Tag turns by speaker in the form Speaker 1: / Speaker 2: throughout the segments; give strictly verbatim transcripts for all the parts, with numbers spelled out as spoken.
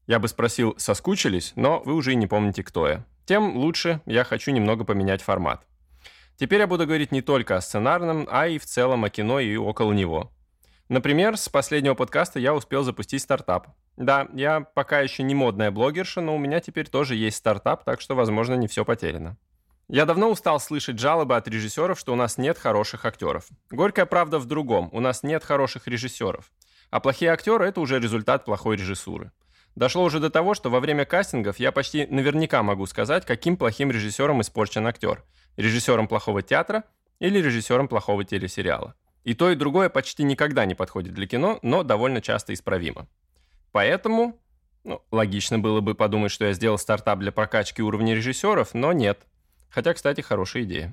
Speaker 1: Я бы спросил, соскучились, но вы уже и не помните, кто я. Тем лучше, я хочу немного поменять формат. Теперь я буду говорить не только о сценарном, а и в целом о кино и около него. Например, с последнего подкаста я успел запустить стартап. Да, я пока еще не модная блогерша, но у меня теперь тоже есть стартап, так что, возможно, не все потеряно. Я давно устал слышать жалобы от режиссеров, что у нас нет хороших актеров. Горькая правда в другом. У нас нет хороших режиссеров. А плохие актеры – это уже результат плохой режиссуры. Дошло уже до того, что во время кастингов я почти наверняка могу сказать, каким плохим режиссером испорчен актер. Режиссером плохого театра или режиссером плохого телесериала. И то, и другое почти никогда не подходит для кино, но довольно часто исправимо. Поэтому, ну, логично было бы подумать, что я сделал стартап для прокачки уровня режиссеров, но нет. Хотя, кстати, хорошая идея.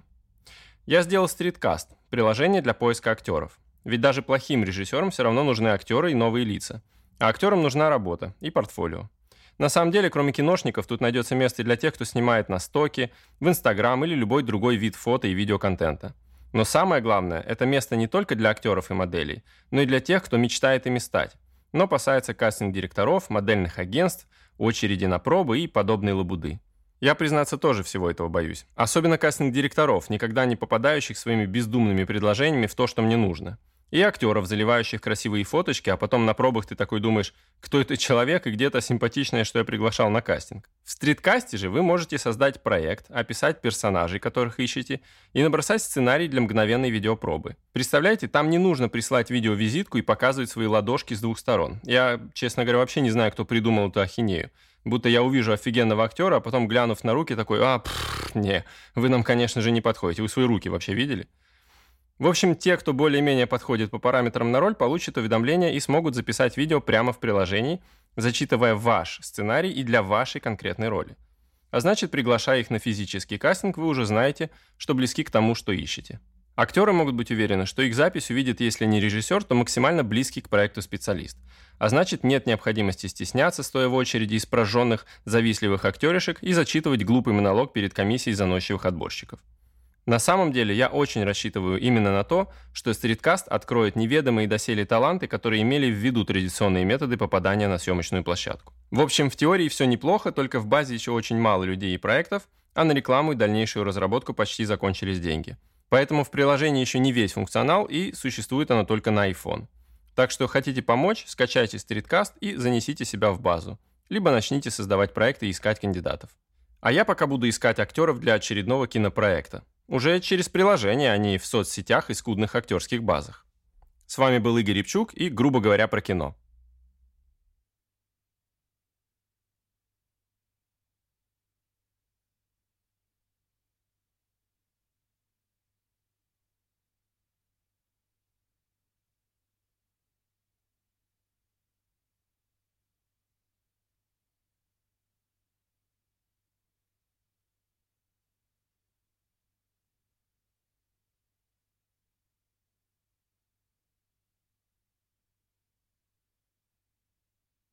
Speaker 1: Я сделал StreetCast – приложение для поиска актеров. Ведь даже плохим режиссерам все равно нужны актеры и новые лица. А актерам нужна работа и портфолио. На самом деле, кроме киношников, тут найдется место для тех, кто снимает на стоке, в Инстаграм или любой другой вид фото и видеоконтента. Но самое главное, это место не только для актеров и моделей, но и для тех, кто мечтает ими стать, но опасается кастинг-директоров, модельных агентств, очереди на пробы и подобные лабуды. Я, признаться, тоже всего этого боюсь. Особенно кастинг-директоров, никогда не попадающих своими бездумными предложениями в то, что мне нужно. И актеров, заливающих красивые фоточки, а потом на пробах ты такой думаешь, кто это человек и где-то симпатичное, что я приглашал на кастинг. В стрит-касте же вы можете создать проект, описать персонажей, которых ищете, и набросать сценарий для мгновенной видеопробы. Представляете, там не нужно прислать видеовизитку и показывать свои ладошки с двух сторон. Я, честно говоря, вообще не знаю, кто придумал эту ахинею. Будто я увижу офигенного актера, а потом, глянув на руки, такой, а, пфф, не, вы нам, конечно же, не подходите. Вы свои руки вообще видели? В общем, те, кто более-менее подходит по параметрам на роль, получат уведомления и смогут записать видео прямо в приложении, зачитывая ваш сценарий и для вашей конкретной роли. А значит, приглашая их на физический кастинг, вы уже знаете, что близки к тому, что ищете. Актеры могут быть уверены, что их запись увидит, если не режиссер, то максимально близкий к проекту специалист. А значит, нет необходимости стесняться, стоя в очереди из прожженных, завистливых актеришек и зачитывать глупый монолог перед комиссией заносчивых отборщиков. На самом деле, я очень рассчитываю именно на то, что StreetCast откроет неведомые доселе таланты, которые имели в виду традиционные методы попадания на съемочную площадку. В общем, в теории все неплохо, только в базе еще очень мало людей и проектов, а на рекламу и дальнейшую разработку почти закончились деньги. Поэтому в приложении еще не весь функционал, и существует оно только на iPhone. Так что хотите помочь, скачайте StreetCast и занесите себя в базу. Либо начните создавать проекты и искать кандидатов. А я пока буду искать актеров для очередного кинопроекта. Уже через приложение, а не в соцсетях и скудных актерских базах. С вами был Игорь Рябчук и, грубо говоря, про кино.